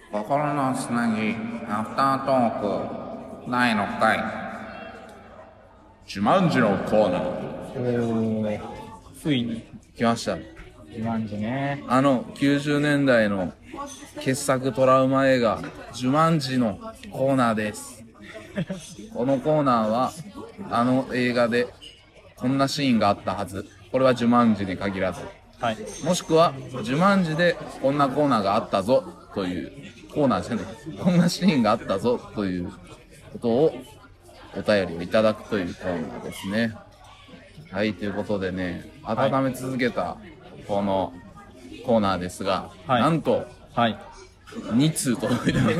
心のつなぎアフタートーク第6回ジュマンジのコーナーおー、ついに来ました。 ジュマンジね。 90年代の傑作トラウマ映画ジュマンジのコーナーです。このコーナーは映画でこんなシーンがあったはず。これはジュマンジに限らず、 はい。 もしくはジュマンジでこんなコーナーがあったぞというコーナーじゃない、こんなシーンがあったぞということをお便りをいただくというコーナーですね。はい、ということでね、温め続けたこのコーナーですが、 はいなんとはい。 2通届いてます。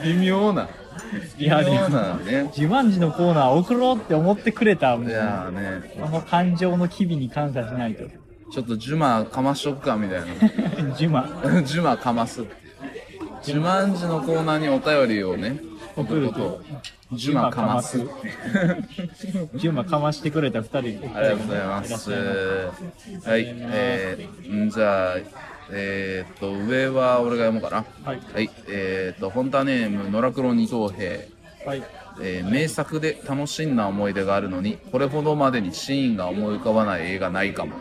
微妙な。 いや、で微妙も、 なね。 ジュマンジのコーナー送ろうって思ってくれた、もういやーね、 この感情の機微に感謝しないと。 ちょっとジュマかましとくかみたいジュマ。 な。ジュマかます。ジュマンジのコーナーにお便りをね、 送ると。 ジュマかます。 ジュマかましてくれた二人。 ありがとうございます。はい、じゃあ、上は俺が読もうかな。 はい。 はい、ホンタネーム、野良黒二等兵。 はい。 名作で楽しんだ思い出があるのに、これほどまでにシーンが思い浮かばない映画ないかも。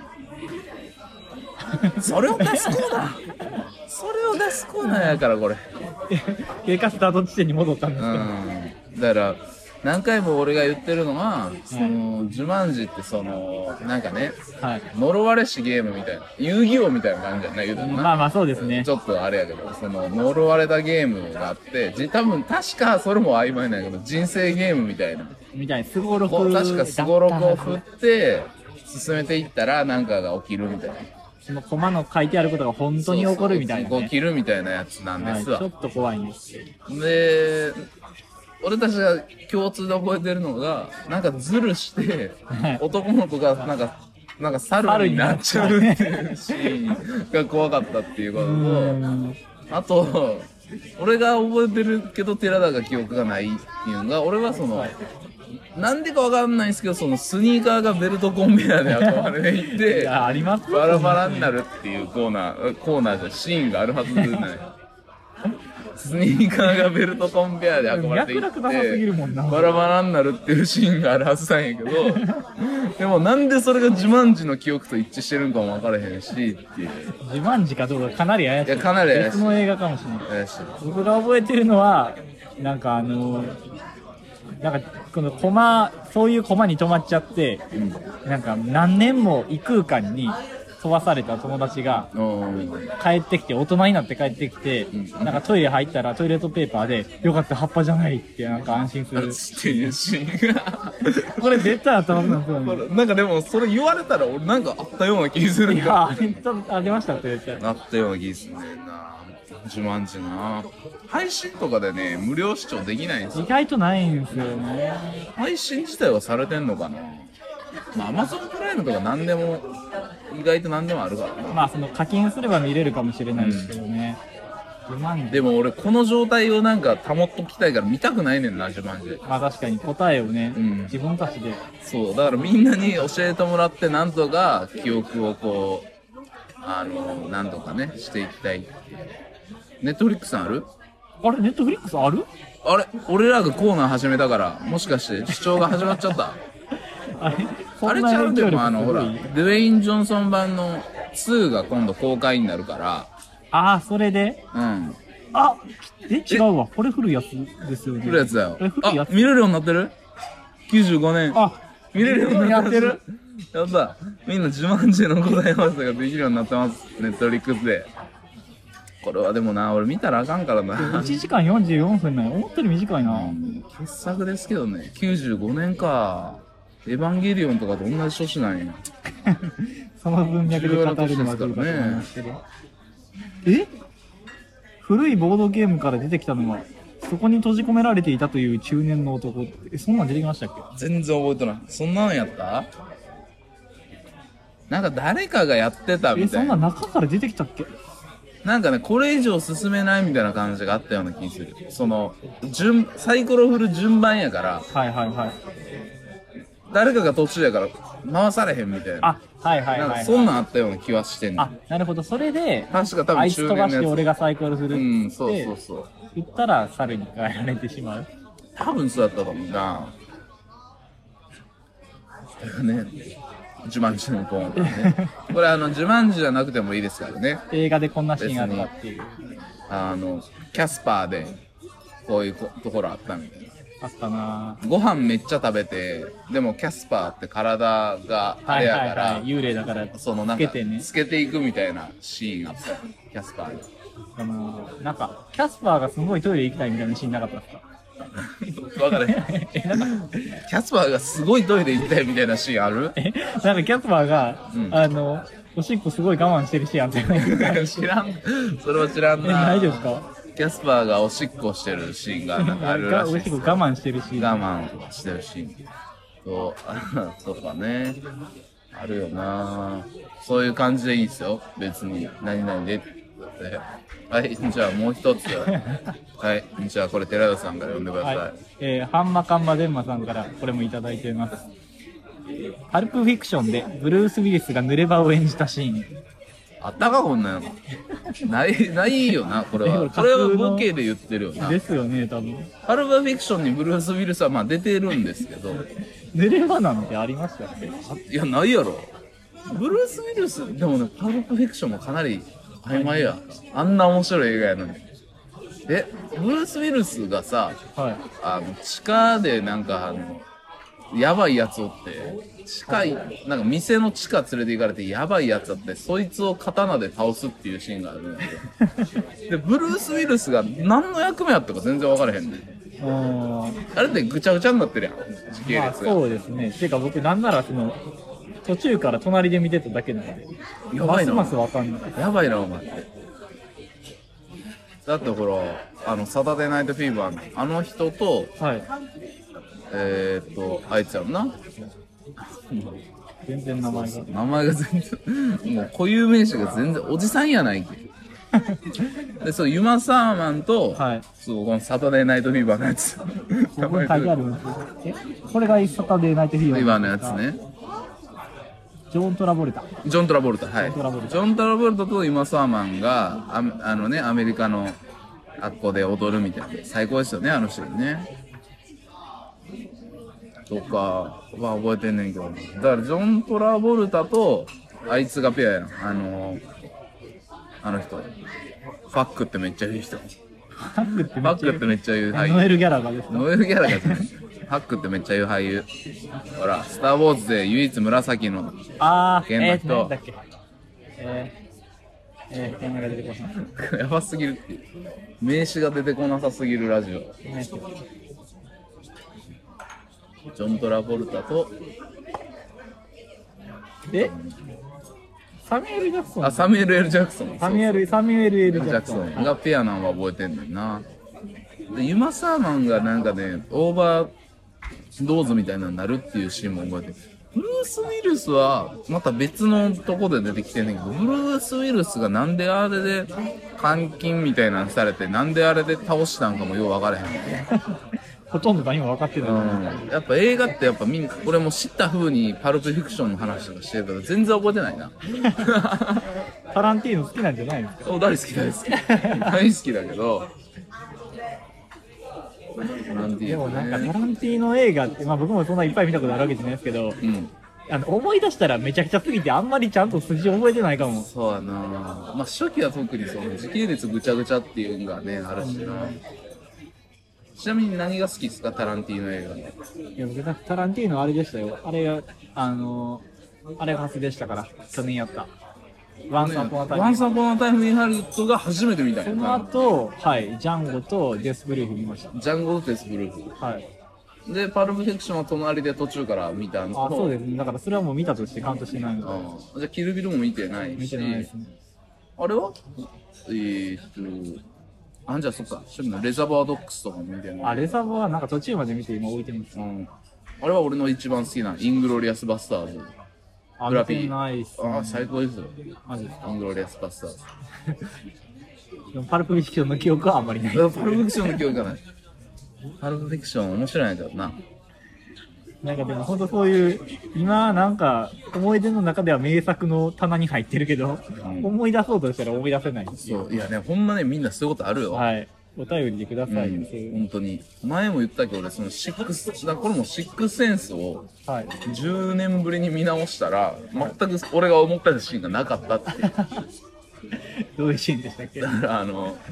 それを出すコーナーそれを出すコーナーやから、これ。 経過スタート地点に戻ったんですけど。 だから何回も俺が言ってるのは、そのジュマンジってなんかね、 はい。 呪われしゲームみたいな、遊戯王みたいな感じじゃない、言うたらな。 まあまあそうですねち。ょっとあれやけど、その呪われたゲームがあって、多分確かそれも曖昧なんやけど、人生ゲームみたいな。 みたいな、スゴロク確かスゴロクを振って進めていったら何かが起きるみたいな。 そのコマの書いてあることが本当に起こるみたいな、ね。 起きるみたいなやつなんですわ。 はい、ちょっと怖いんですけど。 で、俺たちが共通で覚えてるのが、なんかズルしてはい男の子がなんか猿になっちゃうっていうシーンが怖かったっていうことと、あと俺が覚えてるけど寺田が記憶がないっていうのが、俺はなんでかわかんないんですけど、そのスニーカーがベルトコンベヤーで運ばれていっいてや、ありますバラバラになるっていうコーナーじゃシーンがあるはずない。スニーカーがベルトコンベヤーで運ばれてい脈絡なさすぎるもんな。 ってバラバラになるっていうシーンがあるはずなんやけど、でもなんでそれがジュマンジの記憶と一致してるんかも分からへんしっていう。 ジュマンジかどうかかなり怪しい。 いやかなり怪しい別の映画かもしれない。 怪しい。 僕が覚えてるのは、なんかなんかこのそういうコマに止まっちゃって、なんか何年も異空間に飛ばされた友達が帰ってきて、大人になって帰ってきて、なんかトイレ入ったらトイレットペーパーで、よかった葉っぱじゃないってなんか安心する。 っていうシーンがこれ絶対あったはずなんですよね。 なんかでもそれ言われたら俺なんかあったような気するんいや、 だ。 ありましたって絶対。 あったような気すんねんな。ジュマンジな。配信とかでね、無料視聴できないんですよ。 意外とないんですよね。 配信自体はされてんのかな。まあ Amazon プライムとか何でも、意外と何でもあるからな。 まあ課金すれば見れるかもしれないですけどね。ジュマンジ。 でも俺この状態をなんか保っときたいから見たくないねんな、ジュマンジ。 まあ確かに答えをね、 ん自分たちで。 そう、だからみんなに教えてもらってなんとか記憶をこう、なんとかね、していきたいっていう。ネットフリックスある？ あれ、ネットフリックスある？ あれ俺らがコーナー始めたから、もしかして視聴が始まっちゃったあれあれちゃうでもほら、 そんな影響力すごいドゥエイン・ジョンソン版の2が今度公開になるから、 ああ、それでうん。 あ違うわ。これ古いやつですよね。 来るやつだよこれ。古いやつ。 見れるようになってる ?95 年。 あ、 見れるようになってるやってやった。みんな自慢自の答え合わせができるようになってます。ネットフリックスで。これはでもな、俺見たらあかんからな。 1時間44分なんや。思ったより短いな。 傑作ですけどね。95年か。エヴァンゲリオンとかと同じ年なんや。 その文脈で語るのはどうかと思いますけど。古いボードゲームから出てきたのは、そこに閉じ込められていたという中年の男。そんなん出てきましたっけ？ 全然覚えてない。そんなのやった？なんか誰かがやってたみそんなたいな。 中から出てきたっけ？ なんかね、これ以上進めないみたいな感じがあったような気する。サイコロ振る順番やから、 はいはいはい。 誰かが途中やから回されへんみたいな。 あ、はいはいなんかはい。 そんなんあったような気はしてんねん。 あ、なるほど。それで、 確か多分あいつ飛ば中年のやつ。 して俺がサイクルするってう言って、 ん、そうそうそう。 言ったら猿に変えられてしまう。 多分そうやったと思うな。ね。ジュマンジのコーナーね。これジュマンジじゃなくてもいいですからね。 映画でこんなシーンあったっていう。 キャスパーで、こういうところあったみたいな。 あったなぁ。 ご飯めっちゃ食べて、でもキャスパーって体があれやから、 幽霊だから、 そのなんか、 つけてね。 つけていくみたいなシーンあったよ。キャスパーに。 なんか、キャスパーがすごいトイレ行きたいみたいなシーンなかったですか？ わかる。キャスパーがすごいトイレ行きたいみたいなシーンある？ なんかキャスパーが、おしっこすごい我慢してるシーンあったよね。 知らん。それは知らんな。 大丈夫ですか？ キャスパーがおしっこしてるシーンがなんかあるらしいおしっこ我慢してるシーン。 我慢してるシーン。とかね。あるよな。そういう感じでいいですよ。別に。何々でって。はい、じゃあもう一つ。はい、じゃあこれ寺田さんから読んでください。 はい、ハンマカンマデンマさんからこれもいただいています。パルプフィクションでブルース・ウィリスが濡れ場を演じたシーン。 あったかこんなの。ないよな、これは。これはボケで言ってるよな。 ですよね、多分。 パルプフィクションにブルース・ウィルスはまあ出てるんですけど。 濡れ場なんてありましたっけ？ いや、ないやろ。ブルース・ウィルス、でもね、パルプフィクションもかなり曖昧や。あんな面白い映画やのに。ブルース・ウィルスがさ、 はい、 地下でなんかやばいやつおって、なんか店の地下連れて行かれてやばいやつあって、そいつを刀で倒すっていうシーンがあるんだけど。で、ブルース・ウィルスが何の役目やったか全然分からへんねん。あれってぐちゃぐちゃになってるやん、時系列が。 まあ、そうですね。てか僕なんなら途中から隣で見てただけなので、 やばいな。 ますます分かんない。 やばいな、お前って。だってほら、サタデーナイトフィーバーのあの人と、 はい。 あいつやろな。 全然名前が全然、もう固有名詞が全然、おじさんやないけ。で、そう、ユマ・サーマンと、 はい、 そう、このサタデーナイトフィーバーのやつ。 ここに書いてあるんですよ。これがサタデーナイトフィーバーのやつね。 ジョン・トラボルタ、はい。 ジョン・トラボルタとユマ・サーマンが、アメリカのあっこで踊るみたいな。最高ですよね、あのシーンね。とかは覚えてんねんけど、だからジョン・トラボルタとあいつがペアやん。あの人。ファックってめっちゃ言う人。 ファックってめっちゃ言う俳優。 ノエル・ギャラガーですか？ ノエル・ギャラガーじゃない。ファックってめっちゃ言う俳優。ほら、スター・ウォーズで唯一紫の剣の人。 なんだっけ。名前が出てこない。 やばすぎるっていう。名詞が出てこなさすぎるラジオ。ジョン・トラボルタとサミュエル・ジャクソン。 サミュエル・L・ジャクソン。 サミュエル・L・ジャクソンがペアなんは覚えてんねんな。で、ユマ・サーマンがなんかね、オーバードーズみたいなのになるっていうシーンも覚えてる。ブルース・ウィルスはまた別のとこで出てきてんねんけど、ブルース・ウィルスがなんであれで監禁みたいなのされて、なんであれで倒したんかもよう分からへん。 ほとんど何も分かってない。 やっぱ映画ってみんな、俺も知った風にパルプフィクションの話とかしてるけど、全然覚えてないな。 タランティーノ好きなんじゃないですか？ 大好き。大好きだけど。 でもなんかタランティーノ映画って、僕もそんないっぱい見たことあるわけじゃないですけど、思い出したらめちゃくちゃすぎてあんまりちゃんと筋覚えてないかも。 そうやな。初期は特にその時系列ぐちゃぐちゃっていうのがね、あるしな。ちなみに何が好きですか、タランティーノ映画の。 いや、僕タランティーノあれでしたよ。あれが、あれが初でしたから、去年やった。ワンサポナタイムインハリウッドが初めて見たんや。 その後、ジャンゴとデスブルーフ見ました。 ジャンゴとデスブルーフ。はい。で、パルプフィクションは隣で途中から見たの。 そうですね。だからそれはもう見たとしてカウントしてないので。じゃあ、キルビルも見てないし。 見てないですね。 あれはじゃあそっか。レザバードックスとかも見てない。 レザバーはなんか途中まで見て今置いてます。 あれは俺の一番好きなイングロリアスバスターズ。 グラピー。 最高ですよ。 マジですか？ イングロリアスバスターズ。 でもパルプフィクションの記憶はあんまりない。 パルプフィクションの記憶がない。パルプフィクション面白いんだよな。 なんかでも本当そういう、今なんか思い出の中では名作の棚に入ってるけど、思い出そうとしたら思い出せないんですよ。 そう。いやね、ほんまね、みんなそういうことあるよ。 はい。お便りでくださいよ。そういう本当に。前も言ったけど、俺、そのシックス、これもシックスセンスをはい。 10年ぶりに見直したら、全く俺が思ったシーンがなかったっていう。 どういうシーンでしたっけ？ だから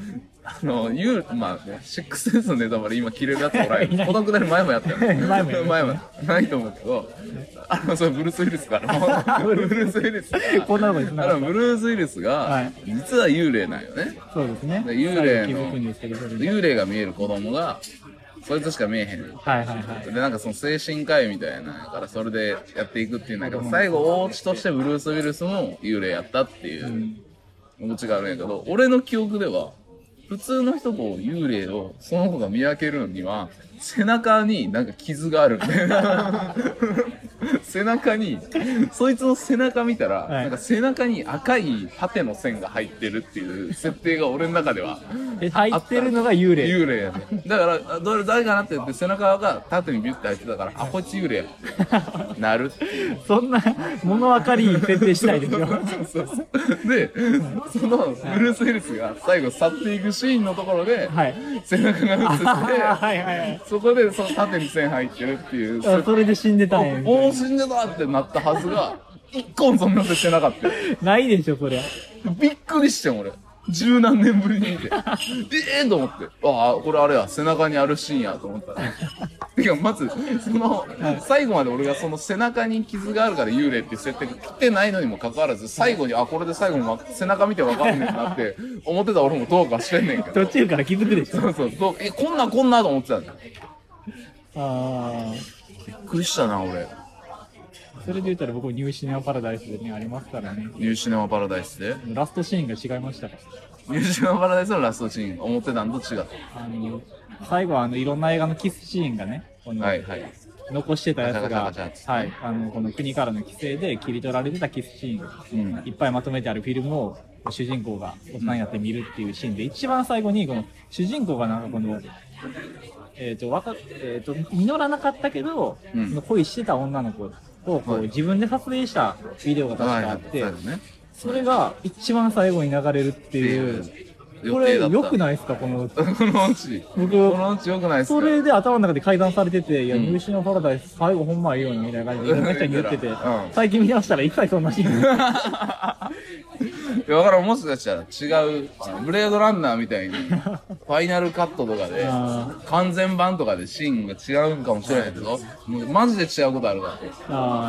まあね、シックスセンスのネタバレ今切れるやつおらんよ。このくだり前もやったよ。 前もやった前もないと思うけど、それブルース・ウィリスからもブルース・ウィリスが、 こんなことですね。 ブルース・ウィリスが、 はい実は幽霊なんよね。 そうですね。 で幽霊の最後気づくんですけど、それで幽霊が見える子供が、そいつしか見えへん。 はいはいはい。 で、なんかその精神科医みたいなのからそれでやっていくっていうんだけど、最後、お家としてブルース・ウィリスも幽霊やったっていうお家があるんやけど、俺の記憶では、普通の人と幽霊をその子が見分けるには、背中になんか傷があるみたいな。背中に、そいつの背中見たら、 はいなんか背中に赤い縦の線が入ってるっていう設定が俺の中では。 入ってるのが幽霊。 幽霊やね。だから、誰かなって言って背中が縦にビュッて入ってたから、あ、こいつ幽霊や。なるっていう。 そんな物分かり設定しないですよ。 そうそう。で、そのブルース・ウィリスが最後去っていくシーンのところで、 はい。 背中が映って、 はいはいはい。 そこでその縦に線入ってるっていう、 あそれで死んでたんや。 もう死んでたってなったはずが、一個もそんなことしてなかったよ。 ないでしょ、そりゃ。 びっくりしてん、俺。十何年ぶりに見て。と思って。ああ、これあれや、背中にあるシーンやと思ったら。てか、まず、最後まで俺がその背中に傷があるから幽霊っていう設定が来てないのにもかかわらず、最後に、あ、これで最後に背中見てわかんねえなって思ってた俺もどうかしてんねんけど。 途中から気づくでしょ。 そうそう、こんなと思ってたんだよ。 ああ。 びっくりしたな、俺。 それで言ったら僕もニューシネマパラダイスでね、ありますからね。 ニューシネマパラダイスでラストシーンが違いました。 ニューシネマパラダイスのラストシーン、思ってたんと違った。 最後はいろんな映画のキスシーンがね、 はいはい。 残してたやつガチャガが、 チャガチャはい、この国からの規制で切り取られてたキスシーン、いっぱいまとめてあるフィルムを主人公が大人になって見るっていうシーンで、一番最後にこの主人公がなんかこの、実らなかったけど、その恋してた女の子をこう自分で撮影したビデオが確かあって、それが一番最後に流れるっていう、これ良くないですか、このうち。 このうち。 僕、 このうち良くないですか。 それで頭の中で改ざんされてて、いや、ニューシネマパラダイス最後ほんまいいよねみたいな感じで、めっちゃ言ってて、最近見直したら一切そんなシーン。 いや、わからん、もしかしたら違う、ブレードランナーみたいに、ファイナルカットとかで、完全版とかでシーンが違うんかもしれないけど、もうマジで違うことあるから。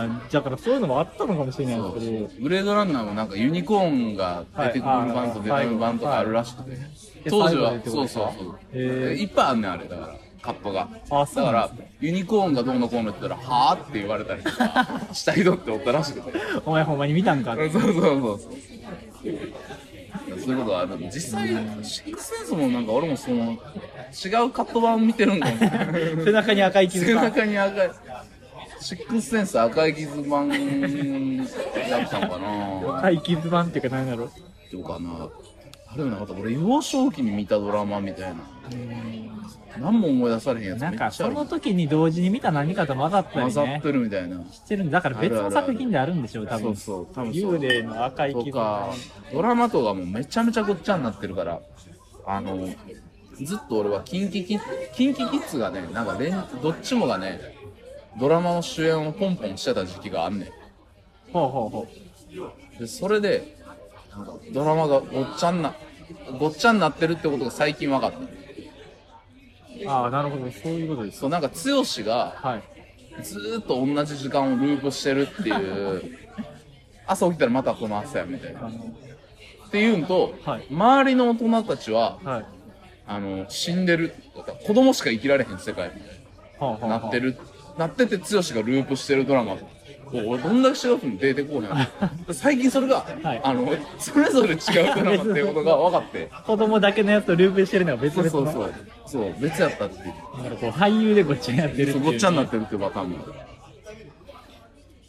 だからそういうのもあったのかもしれないですけど、 ブレードランナーもなんかユニコーンが出てくる版と出てくる版とかあるらしくて、当時は、そうそうそう。いっぱいあんねん、あれ、だから。カットが。だから、ユニコーンがどうのこうのって言ったら、はぁって言われたりとか、した人っておったらしくて。 お前ほんまに見たんかって。 そう。そういうことはある。実際、シックスセンスもなんか俺もその、違うカット版見てるんかもしれない。 背中に赤い傷背中に赤い。シックスセンス赤い傷版だったのかな。 赤い傷版っていうか何だろう。 どうかな。あれもなかった。俺、幼少期に見たドラマみたいな。何も思い出されへんやつめっちゃある。 なんかその時に同時に見た何かと混ざったりね。 混ざってるみたいな。 知ってるんだから別の作品であるんでしょう、多分。 そう、多分そう。 幽霊の赤い傷とか、ドラマとかもめちゃめちゃごっちゃになってるから、ずっと俺はキンキキッズがね、なんかどっちもがね、ドラマの主演をポンポンしてた時期があんねん。 ほう。で、それで、なんかドラマがごっちゃになってるってことが最近分かった。 ああ、なるほど、そういうことです。 そう、なんか剛が、ずーっと同じ時間をループしてるっていう、朝起きたらまたこの朝やみたいな。っていうのと、周りの大人たちは、死んでる。子供しか生きられへん世界みたいな。なってて剛がループしてるドラマ。俺どんだけ違うの出てこうへん。最近それが、それぞれ違うドラマっていうことが分かって。 子供だけのやつとループしてるのが別々の。 そう、別やったっていう。 だからこう俳優でごっちゃになってるっていう、 ごっちゃになってるっていうパターンもある。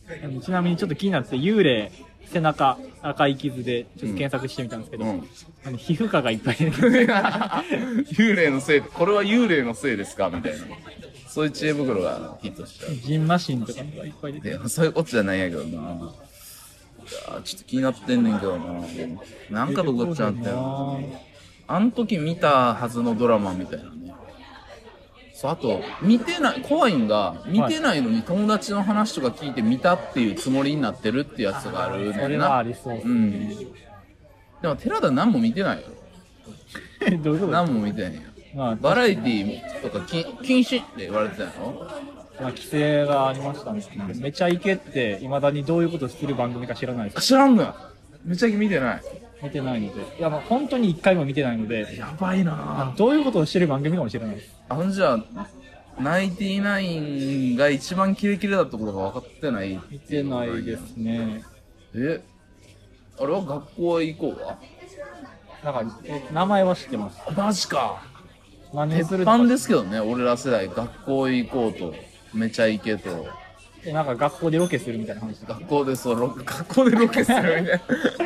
ちなみにちょっと気になって幽霊背中赤い傷でちょっと検索してみたんですけど、皮膚科がいっぱい出てきて幽霊のせい、これは幽霊のせいですかみたいな。そういう知恵袋がヒットしちゃう。 ジンマシンとかがいっぱい出てきて、 そういうことじゃないんやけどな。いやちょっと気になってんねんけどな。なんかとこっちゃってあの時見たはずのドラマみたいなね。そう、あと、見てない、怖いんが、見てないのに友達の話とか聞いて見たっていうつもりになってるってやつがあるねんな。 それはありそう。 うん。でも、寺田何も見てないよ。 どういうこと何も見てないよ。 まあ、 バラエティーとか禁止って言われてたの？ まあ、規制がありましたね。めちゃイケって未だにどういうことしてる番組か知らないです。 知らんのよ。めちゃ見てない。 見てないので。いや、まあ本当に一回も見てないので。 やばいなどういうことをしてる番組かもしれないです。 じゃあ、ナインティナインが一番キレキレだったことが分かってない。 見てないですね。 あれは学校へ行こうわ。 なんか、名前は知ってます。 マジか。鉄真似する板ですけどね、俺ら世代。学校へ行こうと、めちゃイケと。 なんか学校でロケするみたいな話。 学校でロケするみたいな。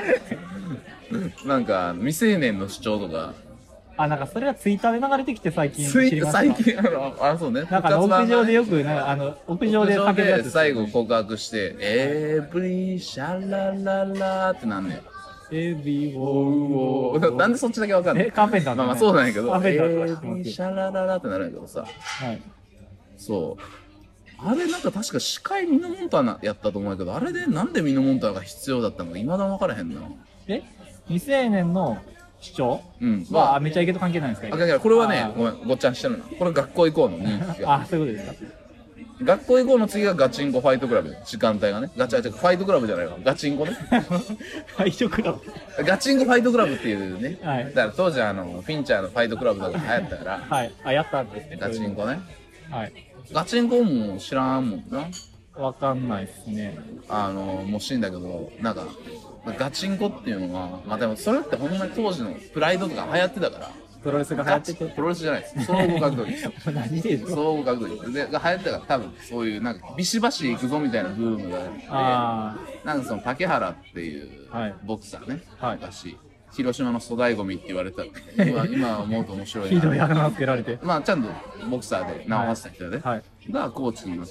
なんか、未成年の主張とか。 あ、なんかそれはツイッターで流れてきて最近知りました。 最近そうね。 なんか屋上でよく、屋上で叫ぶやつ、 最後告白して、エブリシャラララってなんねん。 エビウォー。 なんでそっちだけわかんない？ カーペンターまあそうなんやけど、 エビシャラララってなるんやけどさ。 はい。 そう。あれなんか確か司会ミノモンタナやったと思うんやけど、あれでなんでミノモンタナが必要だったのか未だ分からへんな。 未成年の主張はめちゃイケと関係ないんですか？ これはね、ごめん、ごっちゃんしてるの。これ学校行こうの人気が。 あ、そういうことですか。 学校行こうの次がガチンコファイトクラブ。時間帯がね。ファイトクラブじゃないわ。ガチンコね。 ファイトクラブ。 ガチンコファイトクラブっていうね。 はい。 だから当時フィンチャーのファイトクラブとか流行ったから。 はい。あ、やったんですね。 ガチンコね。 はい。 ガチンコも知らんもんな。 わかんないですね。 もう死んだけど、なんか、ガチンコっていうのは、まあでもそれってほんまに当時のプライドとか流行ってたから。 プロレスが流行ってて。 プロレスじゃないです。総合格闘技です。 何でしょ？ 総合格闘技でが流行ってたから多分そういうなんかビシバシ行くぞみたいなブームがあって、なんかその竹原っていうボクサーね、昔。広島の粗大ゴミって言われた今思うと面白いな。 ひどいあだ名つけられて。 まあちゃんとボクサーで名を馳せた人で、がコーチになって、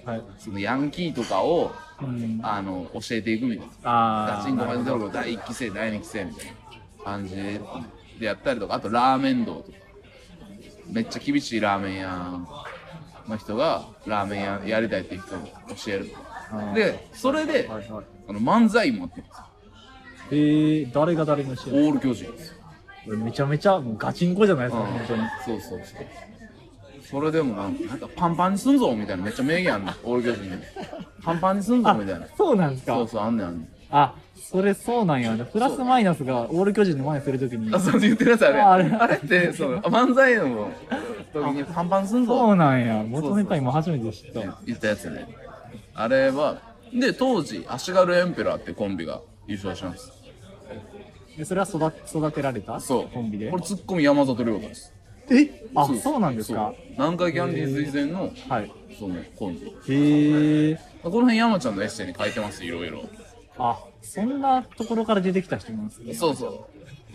そのヤンキーとかを、教えていくみたいな。ガチンコファイトドラゴン第1期生、第2期生みたいな感じでやったりとか、あとラーメン道とか。めっちゃ厳しいラーメン屋の人がラーメン屋やりたいっていう人に教えるとか。で、それで、漫才もやってるんですよ。 誰が誰の試合？ オール巨人ですよ。 これめちゃめちゃもうガチンコじゃないですか、本当に。 そうそうそう。それでもなんかパンパンにすんぞみたいなめっちゃ名言あんの。オール巨人に。パンパンにすんぞみたいな。 そうなんですか？ そうそう、あんねんあんねん。 あ、それそうなんや。プラスマイナスがオール巨人の前にするときに。 そう言ってるやつあれって、漫才の時にパンパンすんぞ。 そうなんや。元ネタ今初めて知った。 言ったやつね。あれは、で、当時、足軽エンペラーってコンビが優勝します。 それは育てられたそう。 コンビで。 これツッコミ山里亮太です。 そうなんですか。 南海キャンディーズ以前の、そのコンビ。この辺山ちゃんのエッセイに書いてます、いろいろ。 あ、そんなところから出てきた人なんですね。 そうそう。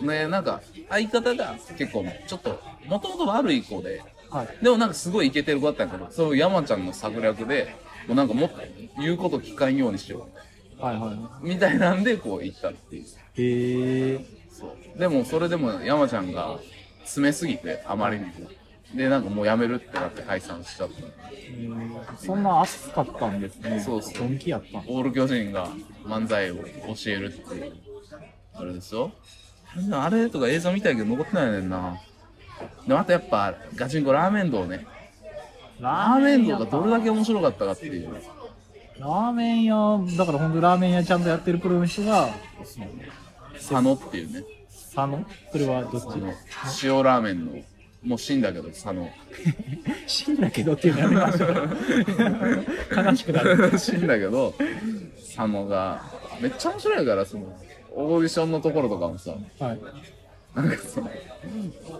ね、なんか、相方が結構、ちょっと、もともと悪い子で、でもなんかすごいイケてる子だったんやけど、その山ちゃんの策略で、もうなんかもっと言うこと聞かんようにしよう。みたいなんで、こう言ったっていう。そう。でも、それでも山ちゃんが詰めすぎて、あまりにも。で、なんかもうやめるってなって解散しちゃった。 そんな熱かったんですね。 そうそう。 本気やった。 オール巨人が漫才を教えるっていう。あれですよ。あれとか映像見たいけど残ってないねんな。で、またやっぱ、ガチンコラーメン道ね。ラーメン道がどれだけ面白かったかっていう。 ラーメン屋、だからほんとラーメン屋ちゃんとやってるプロの人が、 佐野っていうね。 佐野？それはどっち？ 塩ラーメンの、もう死んだけど、佐野。 死んだけどっていうのやめましょう。悲しくなる。 死んだけど、佐野が、めっちゃ面白いから、その、オーディションのところとかもさ、 なんかそう、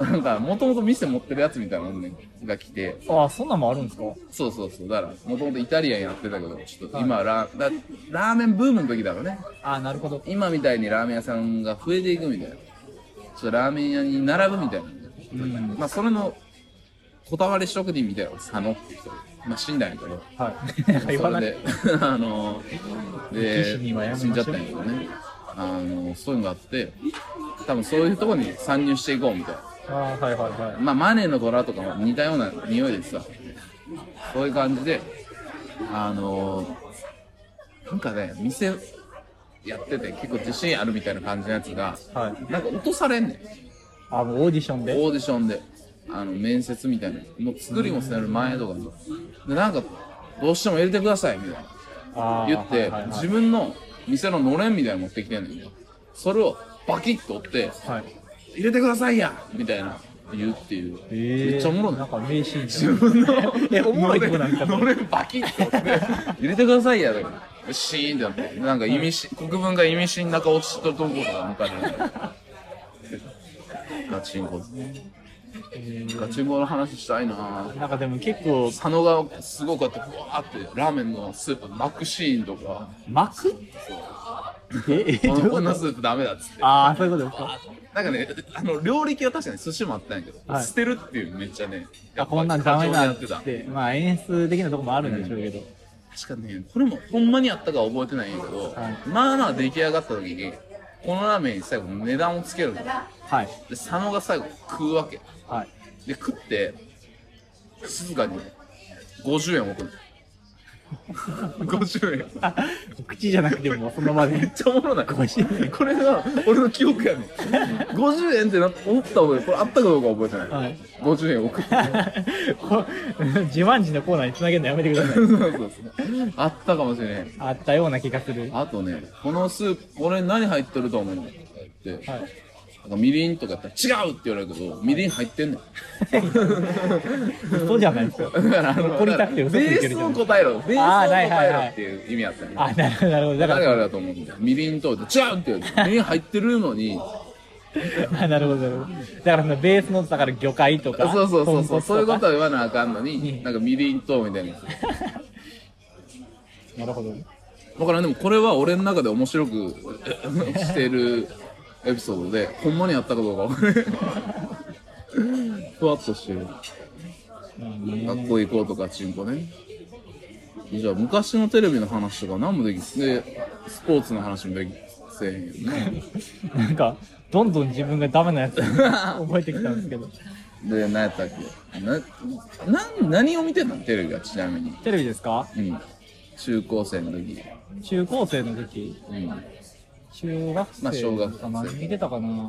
なんか、もともと店持ってるやつみたいなのが来て、 ああ、そんなんもあるんですか？ そうそうそう、だから、もともとイタリアンやってたけど、ちょっと今ラーメンブームの時だろうね。 ああ、なるほど。 今みたいにラーメン屋さんが増えていくみたいな。ちょっとラーメン屋に並ぶみたいな。 うん。 まあ、それの、こだわり職人みたいなの佐野って人。まあ、死んだんやけど。 はい。言わない。 それで、 技師にはやめましょう死んじゃったんやけどね。そういうのがあって、多分そういうところに参入していこうみたいな。 ああ、はいはいはい。 まあ、マネーの虎とかも似たような匂いでさ、そういう感じで、なんかね、店やってて結構自信あるみたいな感じのやつが、 はい。 なんか落とされんねん。 あ、もうオーディションで。 オーディションで。面接みたいな。もう作りもせる前とかに。で、なんか、どうしても入れてください、みたいな。 ああ、 言って、 はいはいはい、 自分の店ののれんみたいなの持ってきてんねんよ。それをバキッと折って、 はい。 入れてくださいやみたいな言うっていう。めっちゃおもろい。 なんか名シーンじゃん。 自分のおもろいとこなんかのれんバキッと折って、入れてくださいやとか。シーンってなって、なんか国分が意味深な顔しとるところが抜かれる。ガチンコ。ガチンコの話したいなぁ。 なんかでも結構、 佐野がすごかった、ふわーってラーメンのスープ巻くシーンとか、 巻く？ こんなスープダメだっつって。 ああ、そういうことですか？ なんかね、料理系は確かに寿司もあったんやけど、 はい捨てるっていうめっちゃね、 あ、こんなんダメだっ過剰にやってて。まあ演出的なとこもあるんでしょうけど。 た。確かね、これもほんまにあったかは覚えてないんやけど、 はいまあまあ出来上がった時に、このラーメンに最後値段をつけるの。で、 はい。 佐野が最後食うわけ。 はい。 で、食って、静かに50円置くの。50円。 口じゃなくてもその場で。 めっちゃおもろない。 50円。 これが俺の記憶やねん。50円って思った覚え、これあったかどうか覚えてない。 はい。 50円送って。 自慢時のコーナーに繋げるのやめてください。 そうそうそう。あったかもしれん。 あったような気がする。 あとね、このスープ、これ何入ってると思うのって言って、 はい。 なんかみりんとかやったら違うって言われるけど、みりん入ってんねん。 嘘じゃないですか。 だから怒りたくて嘘ついてるじゃんベースを答えろ。ベースを答えろっていう意味あったね。 あ、なるほど、なるほど。だか誰があれだと思うんだよ。みりんと、違うって言われて、みりん入ってるのに、 ら、なるほど、なるほど。だからそのベースの、だから魚介とか。 そうそうそうそう、 豚骨とかそういうことは言わなあかんのに、なんかみりんと、みたいな。 なるほど。 だからん、でもこれは俺の中で面白くしてるエピソードで、ほんまにあったかどうか。ふわっとしてる。学校行こうとかチンコね。じゃあ昔のテレビの話とか何もできで、スポーツの話もできせえへんよね。 なんか、どんどん自分がダメなやつ覚えてきたんですけど。 で、何やったっけ何を見てたのテレビはちなみに。 テレビですか？ うん。中高生の時。 中高生の時、 うん。 中学まあ小学生生か何見てたかな。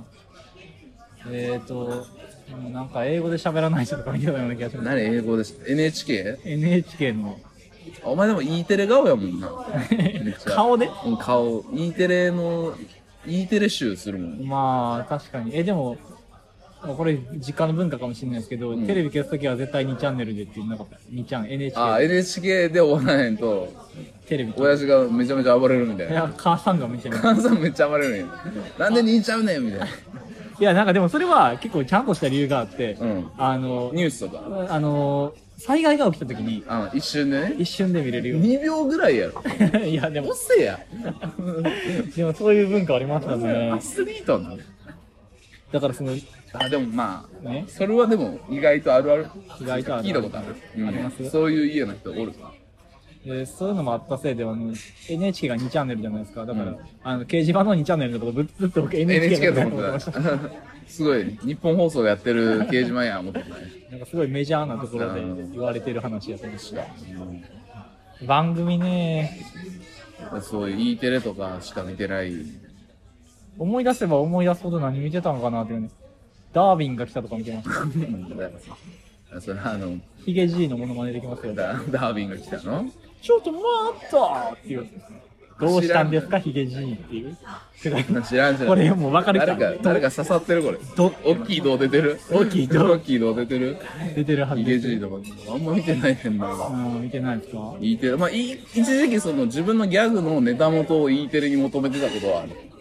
なんか英語で喋らない人とか見てたような気がする。 何英語です ?NHK? NHK のお前でも E テレ顔やもんな。めっちゃ顔で？ うん、顔。E テレ集するもん。 まあ確かに。でも、これ実家の文化かもしれないですけど、テレビ消すときは絶対2チャンネルでって言うなかった。2チャン、NHK。 あ、NHK で終わらへんと、 テレビ。 親父がめちゃめちゃ暴れるみたいな。 いや、母さんが見てる。 母さんめっちゃ暴れるんや。なんで似ちゃうねんみたいな。 いや、なんかでもそれは結構ちゃんとした理由があって、 うん。ニュースとか。 災害が起きたときに、 一瞬でね。 一瞬で見れるよ。 2秒ぐらいやろ。 いや、でも押、せや。 でもそういう文化ありましたねア。スリートなの。 だからその、 あ、でもまあ、 ね、 それはでも意外とあるある。 意外とある聞いたことある。うんありますそういう家の人おる。 そういうのもあったせいで、NHK が2チャンネルじゃないですか。だから、掲示板の2チャンネルのことぶっずっと僕 NHK NHK だと思っと思ってました。 た。すごい、日本放送でやってる掲示板や思ってたね。 なんかすごいメジャーなところで言われてる話やと思ってた。番組ね、 そういう E テレとかしか見てない。 思い出せば思い出すほど何見てたのかなっていうね。ダーウィンが来たとか見てました。 それヒゲ G のモノマネできますよ。 ダービンが来たのちょっと待ったっていう。どうしたんですかヒゲ G っていう。 知らん。 これもう分かる人誰か刺さってるこれ。大きい銅出てる大きい銅出てる出てるはずヒゲ G とかあんま見てないねんな。 見てないですか？ E テレ。まあ、一時期自分のギャグのネタ元を E テレに求めてたことはある。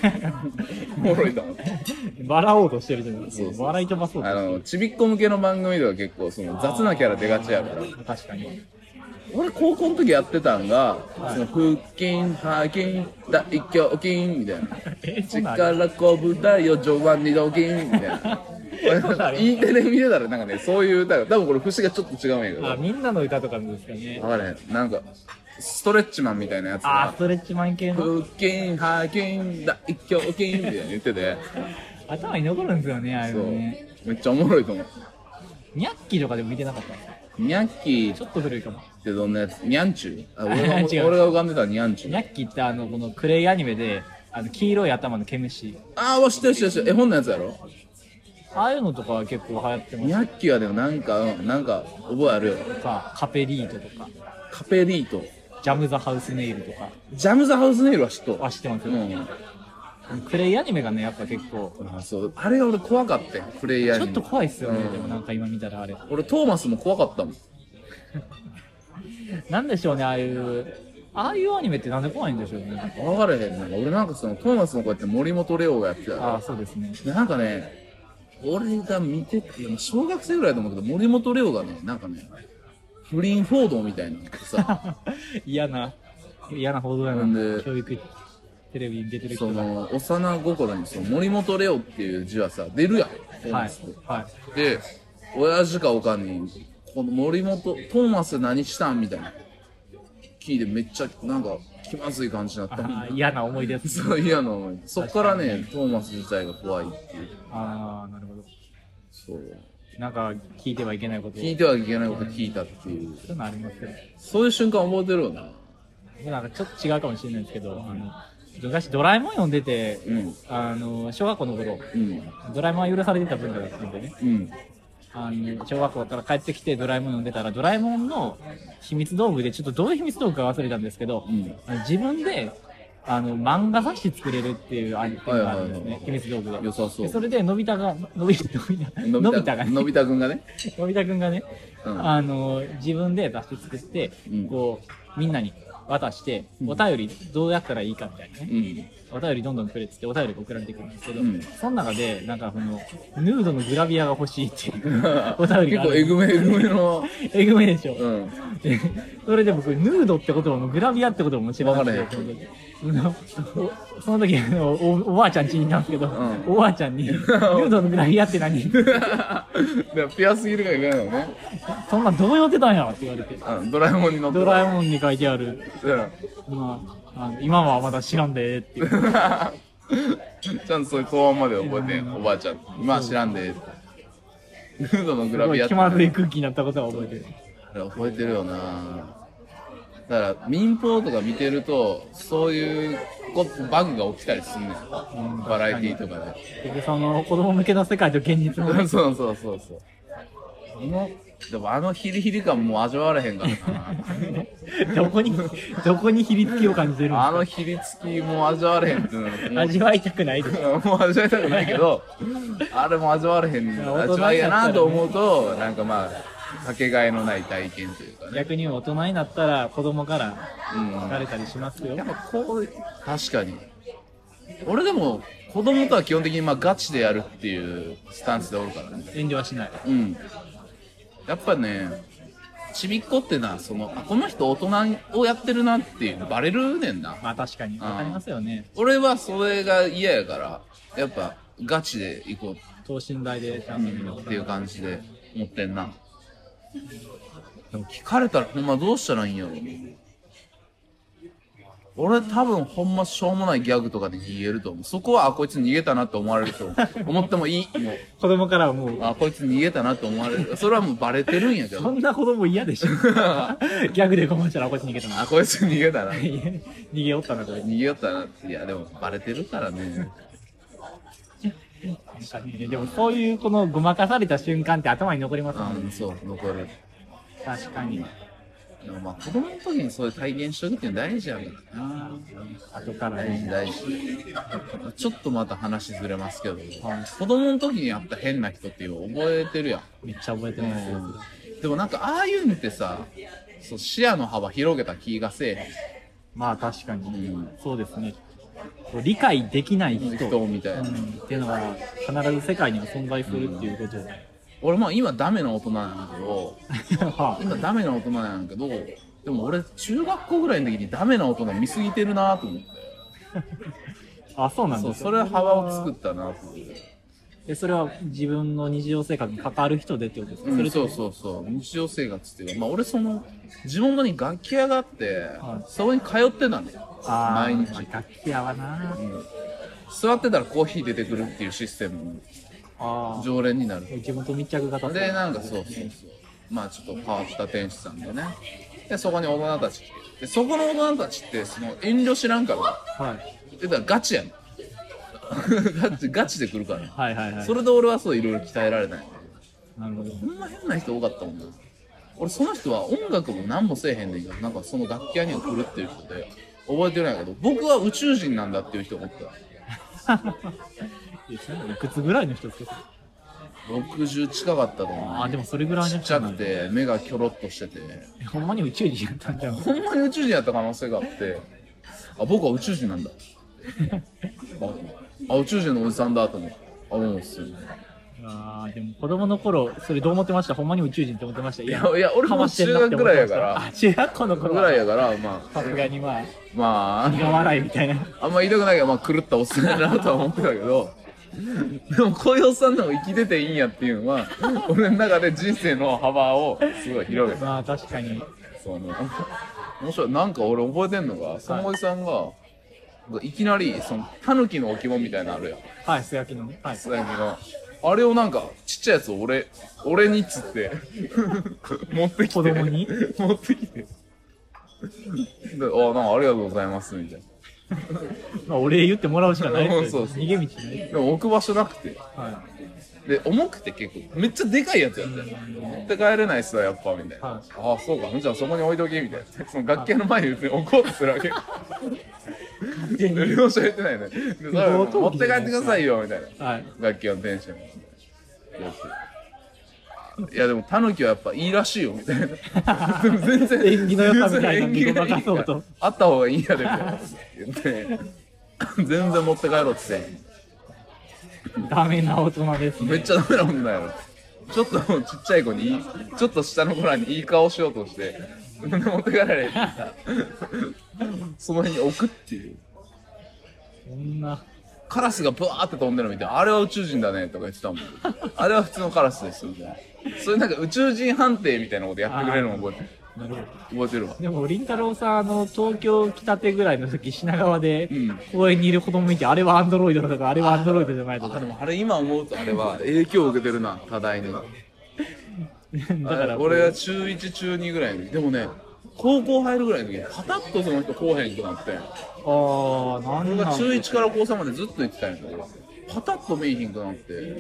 おもろいと思う。 笑おうとしてるじゃないですか。 そうそう笑い飛ばそうとしてる。 ちびっこ向けの番組では結構その雑なキャラ出がちやから。 確かに。 俺高校の時やってたんが、その腹筋、背筋、大胸筋みたいな。 そんなんある力こぶだよ、上腕二頭筋みたいな。E テレ見てたらなんかね、そういう歌が、多分これ節がちょっと違うんやけど。 あ、みんなの歌とかですかね。 わかれへん。なんか、ストレッチマンみたいなやつがス、トレッチマン系の。 腹筋、背筋、大胸筋みたいな言ってて、 頭に残るんですよね、ああいそうう。 ね。 めっちゃおもろいと思う。 ニャッキーとかでも見てなかったんですか？ ニャッキーちょっと古いかも。 ってどんなやつ？ニャンチュー？俺違うが浮かんでたニャンチュー。 ニャッキーってこのクレイアニメで、黄色い頭の毛虫。 知ってる知ってる知ってる。絵本のやつやろ？ ああいうのとかは結構流行ってます。 ニャッキーはでもなんか、覚えあるよ。 とか、カペリートとか、 カペリート。 ジャム・ザ・ハウス・ネイルとかジャム・ザ・ハウス・ネイルは知っとる。 は知ってますよ。 うん。 クレイアニメがね、やっぱ結構、 そう。あれが俺怖かったよ。プレイヤーに。 ちょっと怖いっすよね、 うんでもなんか今見たらあれ。 俺トーマスも怖かったもん。 なんでしょうね、ああいうアニメってなんで怖いんでしょうね。 分かれへんねん。俺なんかそのトーマスのこうやって森本レオがやってたああ、そうですね。 でなんかね、俺が見てて、小学生ぐらいだと思うけど、森本レオがね、なんかね、不倫報道みたいなのってさ、 嫌な報道やなんな。 で教育テレビに出てるそ人が。 の、幼心にその森本レオっていう字はさ、出るやん。トーはいマスって。。 はい。 で、親父かおかんに、この森本、トーマス何したんみたいな。聞いてめっちゃ、なんか、気まずい感じになったもん。 嫌な思い出です。 そう、嫌な思い。そっからね、トーマス自体が怖いっていう。 ああ、なるほど。 そう。 なんか聞いてはいけないことを。 聞いてはいけないこと聞いたっていう。 そういうのありますけど。 そういう瞬間覚えてるよな。 なんかちょっと違うかもしれないですけど、昔ドラえもん読んでて、 うん。 小学校の頃、 うん。 ドラえもんは許されてた文化だったんでね、 うん。 小学校から帰ってきてドラえもん読んでたら、ドラえもんの秘密道具で、ちょっとどういう秘密道具か忘れたんですけど、 うん自分で、漫画雑誌作れるっていうアイテムがあるんですね、 はいはいはい秘密道具で。 良さそうでそれで、のび太がね、 のび太くんがね。 のび太くんがね、 うん自分で雑誌作って、 うんこう、みんなに渡して、お便りどうやったらいいかみたいなね。 うん。 お便りどんどんくれってってお便りが送られてくるんですけど、 うんその中で、なんかヌードのグラビアが欲しいっていうお便りがある。 結構えぐめの。 えぐめでしょ。 うん。 でそれで僕、ヌードってこともグラビアってことも知らなくてわかその時おばあちゃん家にいたんですけど、 んおばあちゃんに、ヌードのグラビアって何でもピアスギルがいないのね。 そんなんどうやってたんやって言われて。 ドラえもんに乗ってドラえもんに書いてある。 うん。 今はまだ知らんでっていう。 ちゃんとそういう答案まで覚えてん、おばあちゃん。今は知らんで。ヌードのグすごいラビアって。 気まずい空気になったことは覚えてる。 あれ覚えてるよな。だから民放とか見てるとそういうバグが起きたりすんねん、バラエティーとかで。 結局その子供向けの世界と現実のねそうそうそうそう。でもヒリヒリ感もう味わわれへんからな。 どこにひりつきを感じてるんですか？ ヒリつきも味わわれへんっていうの味わいたくないです。 もう味わいたくないけど、あれも味わわれへん味わいやなと思うと、なんかまあかけがえのない体験というかね。 逆に大人になったら子供からうん聞かれたりしますよ。 やっぱこう、確かに。俺でも、子供とは基本的にまあガチでやるっていうスタンスでおるからね。 遠慮はしない。 うん。やっぱね、ちびっこってな、この人大人をやってるなっていうバレるねんな。 まあ確かに。わかりますよね。 俺はそれが嫌やから、やっぱガチで行こ等身大でちゃんと見るうっていう感じで思ってんな。でも聞かれたらほんまどうしたらいいんやろ。俺多分ほんましょうもないギャグとかで逃げると思う。そこは、こいつ逃げたなって思われると思ってもいい。もう、 子供からはもう、 こいつ逃げたなって思われる。それはもうバレてるんやけど。 そんな子供嫌でしょ。ギャグでこましたらこっち逃げたな。 こいつ逃げたな。 逃げおったな、これ。 逃げよったなって。いや、でもバレてるからね。 なんかねでもそういうこのごまかされた瞬間って頭に残りますもんね。 そう、残る。 確かに。 でもまあ子供の時にそういう体験しとくっていうの大事やからな。 後から大事ね。 大事。ちょっとまた話ずれますけど、 はい子供の時に会った変な人っていうの覚えてるやん。 めっちゃ覚えてますよ。 でもなんかああいうのってさ、そう視野の幅広げた気がせえへん。 まあ確かに。 うんそうですね。 理解できない人人みたいな、 っていうのが必ず世界には存在するっていうことを、 俺まあ今ダメな大人なんだけどは今ダメな大人なんだけど、でも俺中学校ぐらいの時にダメな大人見すぎてるなと思って、 あ、そうなんそう、 ですそれは幅を作ったなと思って。 それは自分の日常生活に関わる人でってことですか？ そうそうそう、日常生活っていうか、まあ俺その地元に楽器屋があって、そこに通ってたんだよ、毎日。 楽器屋はな、 座ってたらコーヒー出てくるっていうシステムの常連になる。 地元密着型で、なんかそう、まあちょっと変わった店主さんでね。で、そこに大人たち来て。で、そこの大人たちって、その遠慮知らんから、言ってたらガチやん。ガチで来るから。それで俺はそういろいろ鍛えられない。 なるほど。 ほんま変な人多かったもんな。俺その人は音楽も何もせえへんねんけど、なんかその楽器屋には来るっていう人で、覚えてないけど、僕は宇宙人なんだっていう人がおった。 いくつぐらいの人ですか ？60近かったと思う。 でもそれぐらいの人。 ちっちゃくて、目がキョロっとしてて。 ほんまに宇宙人やったんじゃん。 ほんまに宇宙人やった可能性があって、僕は宇宙人なんだ。宇宙人のおじさんだと思って。もうっすよ。 でも子供の頃、それどう思ってました？ほんまに宇宙人って思ってました？ いや、俺も中学ぐらいやから。 中学校の頃ぐらいやから、まあ。 さすがにまあ。 苦笑いみたいな。 あんま言いたくないけど、まあ狂ったおっさんだなとは思ってたけど、でもこういうおっさんでも生きてていいんやっていうのは、俺の中で人生の幅をすごい広げた。 まあ確かに。 そうね。面白い。なんか俺覚えてんのが、そのおじさんが、いきなり、その、タヌキの置物みたいなのあるやん。 はい、素焼きのね。はい。 素焼きの。あれをなんか、ちっちゃいやつを俺にっつって、持ってきて。 子供に持ってきて。で、なんかありがとうございます、みたいな。 まあ、お礼言ってもらうしかないですそう逃げ道ない。 でも置く場所なくて。で、重くて結構、めっちゃでかいやつやったよ。持って帰れないっすわ、やっぱ、みたいな。そうか。じゃあそこに置いとけ、みたいな。その楽器屋の前に置こうとするわけ。両者言ってないね。持って帰ってくださいよ、みたいな。楽器屋の店主に。いやでもタヌキはやっぱいいらしいよみたいな。全然縁起の良さみたいな見ごまかそうと。 あった方がいいんやでみたいな言って全然持って帰ろうって。 ダメな大人ですね。 めっちゃダメな大人やろ。ちょっとちっちゃい子にちょっと下の子らにいい顔しようとして持って帰られてその辺に置くっていう。 そんなカラスがブワーって飛んでるみたいな。あれは宇宙人だねとか言ってたもん。あれは普通のカラスですみたいな。そういうなんか宇宙人判定みたいなことやってくれるの覚えてる。覚えてるわ。 でもりんたろーさん東京来たてぐらいの時品川で公園にいる子供見て、あれはアンドロイドとかあれはアンドロイドじゃないとか。 でもあれ今思うとあれは影響を受けてるな、多大に。だから俺は中1中2ぐらいに、でもね高校入るぐらいの時にパタッとその人こうへんくなって、俺が中1から高3までずっと言ってたんやけど、パタッと見えひんくなって、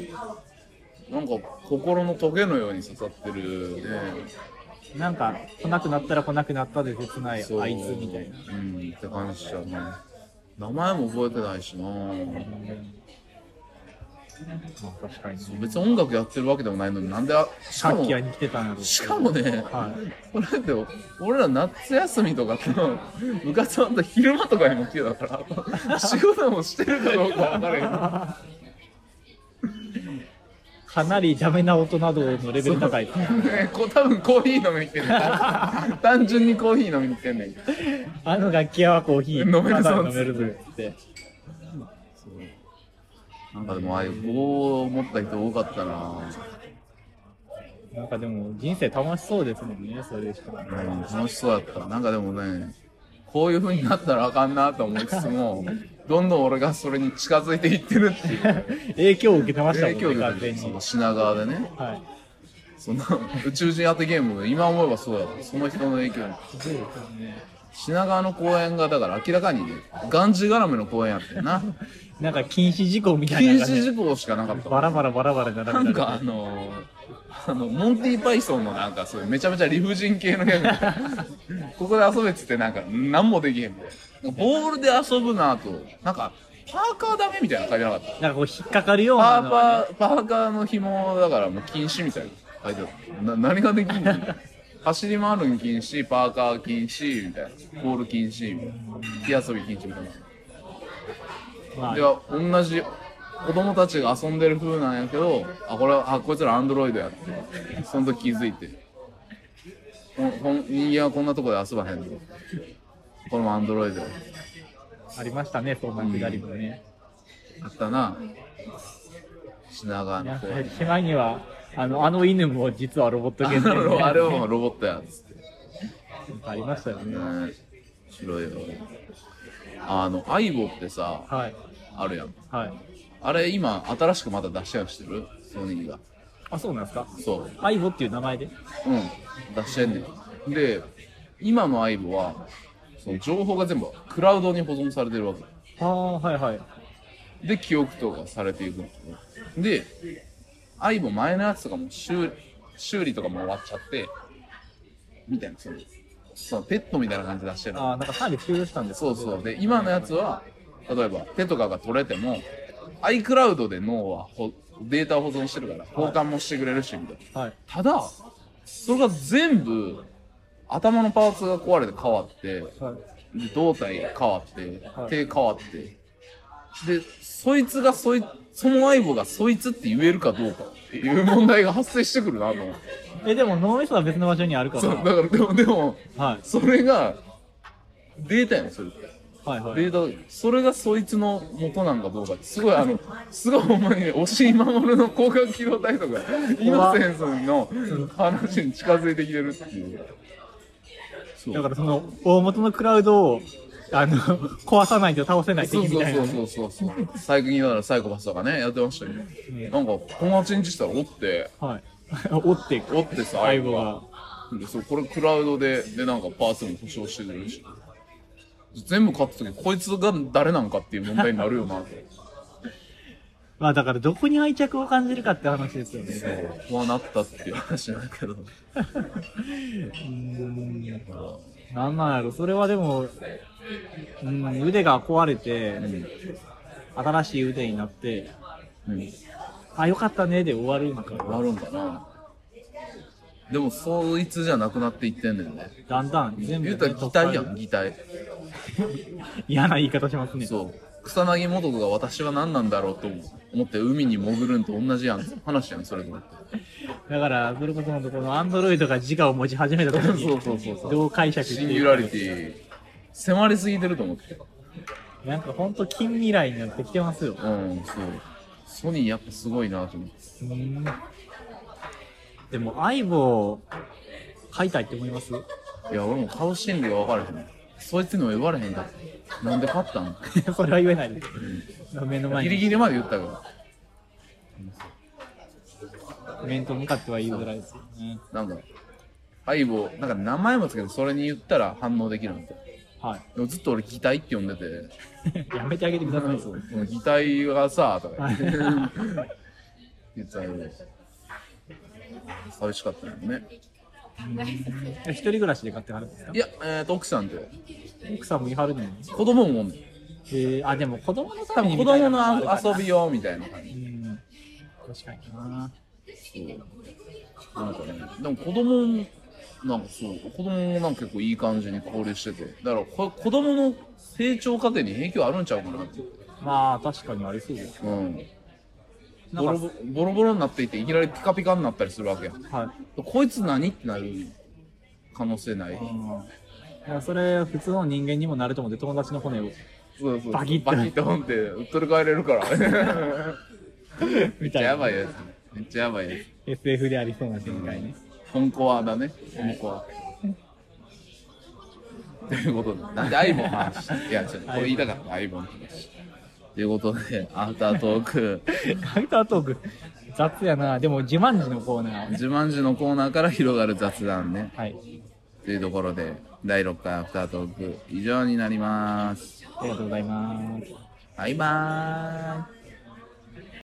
なんか心のトゲのように刺さってるね。 なんか来なくなったら来なくなったで切ないあいつみたいな。 って感じだね。名前も覚えてないしな。 確かに。 別に音楽やってるわけでもないのに、なんでしかもに来てたんやろ。 しかもね、これって俺ら夏休みとかの部活終わった昼間とかにも来てたから仕事もしてるかどうか分からへん。 かなりダメな大人度のレベル高い。 多分コーヒー飲みに来てんねん。単純にコーヒー飲みに来てんねん。 あの楽器屋はコーヒー飲めるぞ飲めるぞって。 なんかでもああいう棒を持った人多かったな。 なんかでも人生楽しそうですもんね、それしか。 楽しそうだった。なんかでもね、こういう風になったらあかんなと思いつつも、どんどん俺がそれに近づいていってるっていう。 影響を受けてましたもんね、 影響を受けて、その品川でね。その宇宙人当てゲーム、今思えばそうだった。その人の影響に。品川の公園がだから明らかにね、がんじがらめの公園やったよな。 なんか禁止事項みたいな。 禁止事項しかなかった。 バラバラ並べられて。 なんかモンティーパイソンのなんかそういうめちゃめちゃ理不尽系のゲームここで遊べっつってなんか何もできへんみたいな。ボールで遊ぶなと、なんかパーカーダメみたいな書いてなかった。 なんかこう引っかかるようなの、 パーカーの紐だからもう禁止みたいな書いてある。何ができんの走り回るん禁止、パーカー禁止みたいな、ボール禁止みたいな、火遊び禁止みたいな。 まあで同じ子供たちが遊んでる風なんやけど、こいつらアンドロイドやって、その時気づいて、人間はこんなとこで遊ばへんの。これもアンドロイドや。 ありましたね、そんなくだりもね。 あったな。品川の方。 しまいには、あの犬も実はロボット系で、 あれはロボットやつって。 ありましたよね。 面白いよ。相棒ってさ、 はい。 あるやん。 はい。 あれ今新しくまた出したりしてるソニーが。 あ、そうなんですか？ そう。 相棒っていう名前で？ 出してんねん。で、今の相棒は、その情報が全部クラウドに保存されてるわけ。 ああ、はいはい。 で、記憶とかされていくの。で、相棒前のやつとかも修理とかも終わっちゃって、みたいな、そのペットみたいな感じで出してる。 ああ、なんかサービス終了したんですそうそう。で、今のやつは、例えば手とかが取れても、iCloud で脳はデータを保存してるから、交換もしてくれるし、みたいな。 はい。 ただ、それが全部、頭のパーツが壊れて変わって、 はい。 で胴体変わって、 はい手変わって、で、そいつがその相棒がそいつって言えるかどうかっていう問題が発生してくるなと思って。 でも脳みそは別の場所にあるから。 そう、だからでも、 はい。 それが、データやん、それって。 はいはい。 データ、それがそいつの元なんかどうかって、すごいすごいほんまに、押井守の広角機動隊とか、イノセンスの話に近づいてきてるっていう。 だからその、大元のクラウドを、壊さないと倒せない敵みたいな。 そう。最近だからサイコパスとかね、やってましたよ。なんか、友達んちしたらおって、 はい。折ってさ、 相棒が。 で、これクラウドで、なんかパーツも保証してくれるし。全部買った時、こいつが誰なんかっていう問題になるよな、と。 まあだからどこに愛着を感じるかって話ですよね。 そう、こうなったっていう話なんだけど。 なんなんやろ、それはでも、腕が壊れて、新しい腕になって、あ、よかったねで終わるんかな。 終わるんかな。でも、そいつじゃなくなっていってんねんね。 だんだん全部、 言うたら擬態やん、擬態。 嫌な言い方しますね。 そう。草薙素子が私は何なんだろうと思って海に潜るんと同じやん。話やん、それと思って。 だから、それこそのとこのアンドロイドが自我を持ち始めた時に、 そう。 どう解釈してシンギュラリティ、迫りすぎてると思って。 なんかほんと近未来になってきてますよ。 そう。ソニーやっぱすごいなと思って。 でも、相棒、買いたいって思います？ いや、俺も買う心理が分からへん。そいつにも言われへんかった。なんで買ったん？ それは言えないです。目の前に。 ギリギリまで言ったけど。 面と向かっては言いづらいですよね。 なんか、相棒、なんか名前もつけてそれに言ったら反応できるんですよ。 はい。 でもずっと俺擬態って呼んでて。 やめてあげてください。 その擬態がさ、とか言って。言ってたけど。寂しかったよね。 一人暮らしで買ってはるんですか？ いや、奥さんと奥さんもいはるのに。 子供もおんねん。 あ、でも子供のた多分子めにみたいな供の遊び用みたいな感じ。 確かにな。 そう。なんかね、でも子供、なんかそう、子供もなんか結構いい感じに交流してて。だから子供の成長過程に影響あるんちゃうかなって。 まあ、確かにありそうです。 ボロボロになっていていきなりピカピカになったりするわけやん。 はい。 こいつ何ってなる可能性ない。 いや、それ普通の人間にもなると思って友達の骨をそうバキッとバキッと本って取り替えれるから。めっちゃやばいやつ。めっちゃやばいやつ。 SF でありそうな展開ね。 本コアだね。本コア。ということで、なんで相棒の話？いや、ちょっとこれ言いたかった、相棒の話。ということで、アフタートーク。 アフタートーク、雑やな。でも、自慢時のコーナー、ね。 自慢時のコーナーから広がる雑談ね。 はい。 というところで、第6回アフタートーク、以上になります。 ありがとうございます。 バイバーイ。